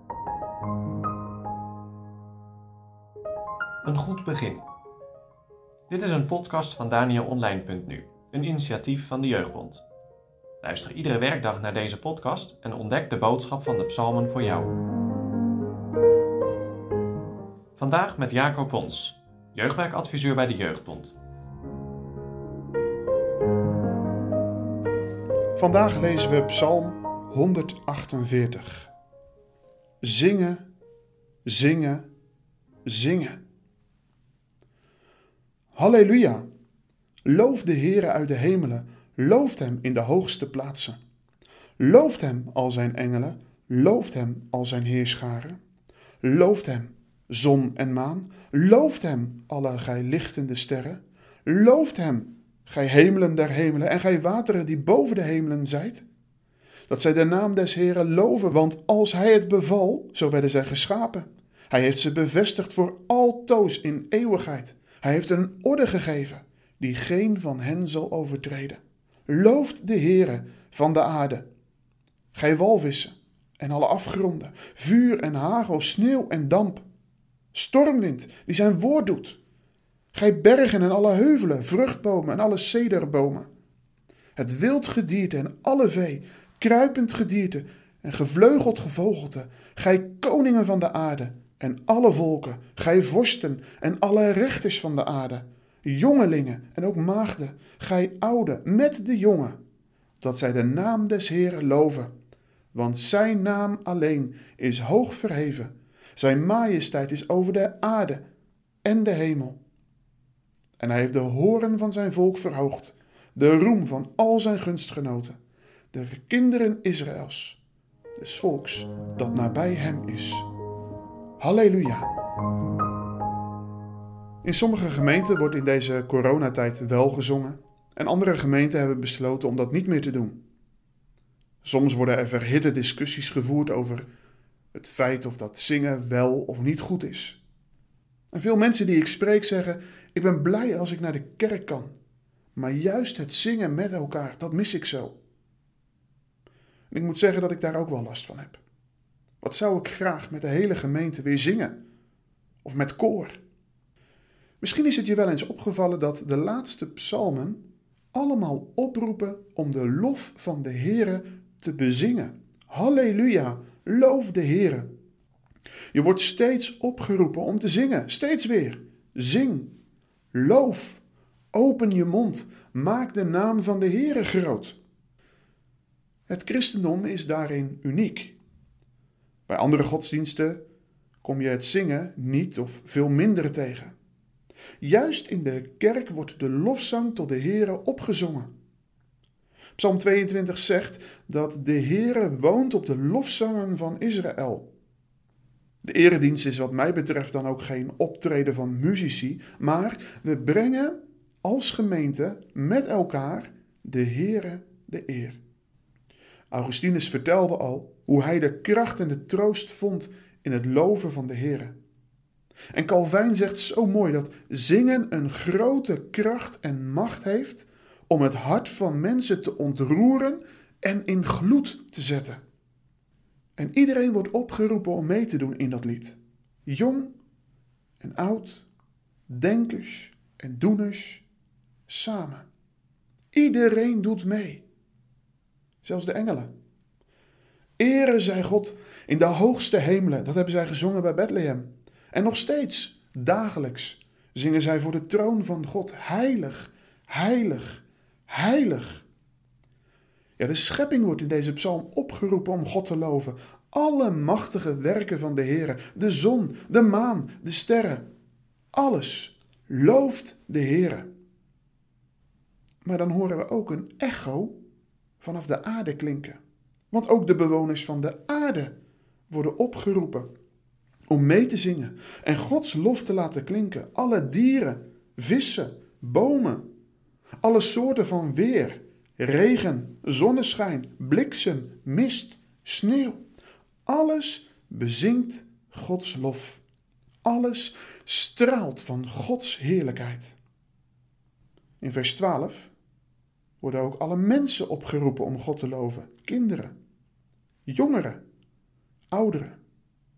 Een goed begin. Dit is een podcast van DanielOnline.nu, een initiatief van de Jeugdbond. Luister iedere werkdag naar deze podcast en ontdek de boodschap van de psalmen voor jou. Vandaag met Jaco Pons, jeugdwerkadviseur bij de Jeugdbond. Vandaag lezen we Psalm 148. Zingen, zingen, zingen. Halleluja! Loof de Heere uit de hemelen, looft hem in de hoogste plaatsen. Looft hem, al zijn engelen, looft hem, al zijn heerscharen. Looft hem, zon en maan, looft hem, alle gij lichtende sterren. Looft hem, gij hemelen der hemelen en gij wateren die boven de hemelen zijt. Dat zij de naam des Heeren loven, want als hij het beval, zo werden zij geschapen. Hij heeft ze bevestigd voor altoos in eeuwigheid. Hij heeft een orde gegeven, die geen van hen zal overtreden. Looft de Heere van de aarde. Gij walvissen en alle afgronden, vuur en hagel, sneeuw en damp. Stormwind die zijn woord doet. Gij bergen en alle heuvelen, vruchtbomen en alle cederbomen. Het wild gedierte en alle vee, kruipend gedierte en gevleugeld gevogelte. Gij koningen van de aarde en alle volken, gij vorsten en alle rechters van de aarde. Jongelingen en ook maagden, gij ouden met de jongen. Dat zij de naam des Heeren loven. Want zijn naam alleen is hoog verheven. Zijn majesteit is over de aarde en de hemel. En hij heeft de hoorn van zijn volk verhoogd, de roem van al zijn gunstgenoten, de kinderen Israëls, des volks dat nabij hem is. Halleluja! In sommige gemeenten wordt in deze coronatijd wel gezongen en andere gemeenten hebben besloten om dat niet meer te doen. Soms worden er verhitte discussies gevoerd over het feit of dat zingen wel of niet goed is. En veel mensen die ik spreek zeggen, ik ben blij als ik naar de kerk kan. Maar juist het zingen met elkaar, dat mis ik zo. En ik moet zeggen dat ik daar ook wel last van heb. Wat zou ik graag met de hele gemeente weer zingen? Of met koor? Misschien is het je wel eens opgevallen dat de laatste psalmen allemaal oproepen om de lof van de Heere te bezingen. Halleluja, loof de Heere. Je wordt steeds opgeroepen om te zingen, steeds weer. Zing, loof, open je mond, maak de naam van de Heere groot. Het christendom is daarin uniek. Bij andere godsdiensten kom je het zingen niet of veel minder tegen. Juist in de kerk wordt de lofzang tot de Heere opgezongen. Psalm 22 zegt dat de Heere woont op de lofzangen van Israël. De eredienst is wat mij betreft dan ook geen optreden van muzici, maar we brengen als gemeente met elkaar de Heere de eer. Augustinus vertelde al hoe hij de kracht en de troost vond in het loven van de Heere. En Calvijn zegt zo mooi dat zingen een grote kracht en macht heeft om het hart van mensen te ontroeren en in gloed te zetten. En iedereen wordt opgeroepen om mee te doen in dat lied. Jong en oud, denkers en doeners, samen. Iedereen doet mee. Zelfs de engelen. Ere zij God in de hoogste hemelen. Dat hebben zij gezongen bij Bethlehem. En nog steeds, dagelijks, zingen zij voor de troon van God. Heilig, heilig, heilig. Ja, de schepping wordt in deze psalm opgeroepen om God te loven. Alle machtige werken van de Heere, de zon, de maan, de sterren. Alles looft de Heere. Maar dan horen we ook een echo vanaf de aarde klinken. Want ook de bewoners van de aarde worden opgeroepen om mee te zingen en Gods lof te laten klinken. Alle dieren, vissen, bomen, alle soorten van weer, regen, zonneschijn, bliksem, mist, sneeuw. Alles bezingt Gods lof. Alles straalt van Gods heerlijkheid. In vers 12 worden ook alle mensen opgeroepen om God te loven. Kinderen, jongeren, ouderen.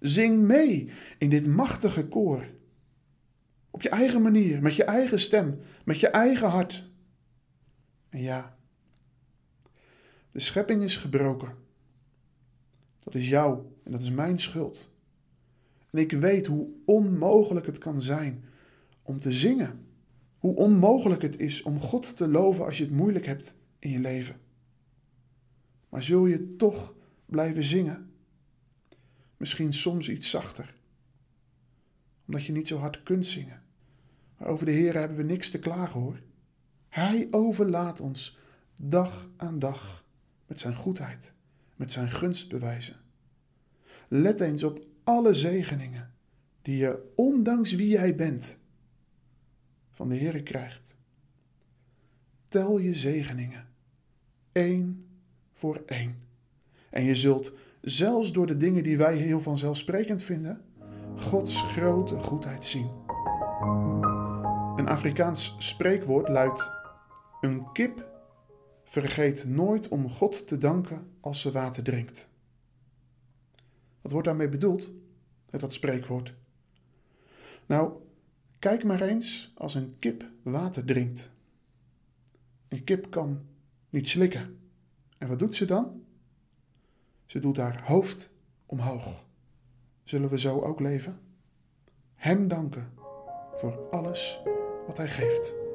Zing mee in dit machtige koor. Op je eigen manier, met je eigen stem, met je eigen hart. En ja, de schepping is gebroken. Dat is jouw en dat is mijn schuld. En ik weet hoe onmogelijk het kan zijn om te zingen. Hoe onmogelijk het is om God te loven als je het moeilijk hebt in je leven. Maar zul je toch blijven zingen? Misschien soms iets zachter. Omdat je niet zo hard kunt zingen. Maar over de Heer hebben we niks te klagen hoor. Hij overlaat ons dag aan dag met zijn goedheid, met zijn gunstbewijzen. Let eens op alle zegeningen die je, ondanks wie jij bent, van de Heer krijgt. Tel je zegeningen, 1 voor 1. En je zult, zelfs door de dingen die wij heel vanzelfsprekend vinden, Gods grote goedheid zien. Een Afrikaans spreekwoord luidt: een kip vergeet nooit om God te danken als ze water drinkt. Wat wordt daarmee bedoeld, met dat spreekwoord? Nou, kijk maar eens als een kip water drinkt. Een kip kan niet slikken. En wat doet ze dan? Ze doet haar hoofd omhoog. Zullen we zo ook leven? Hem danken voor alles wat hij geeft.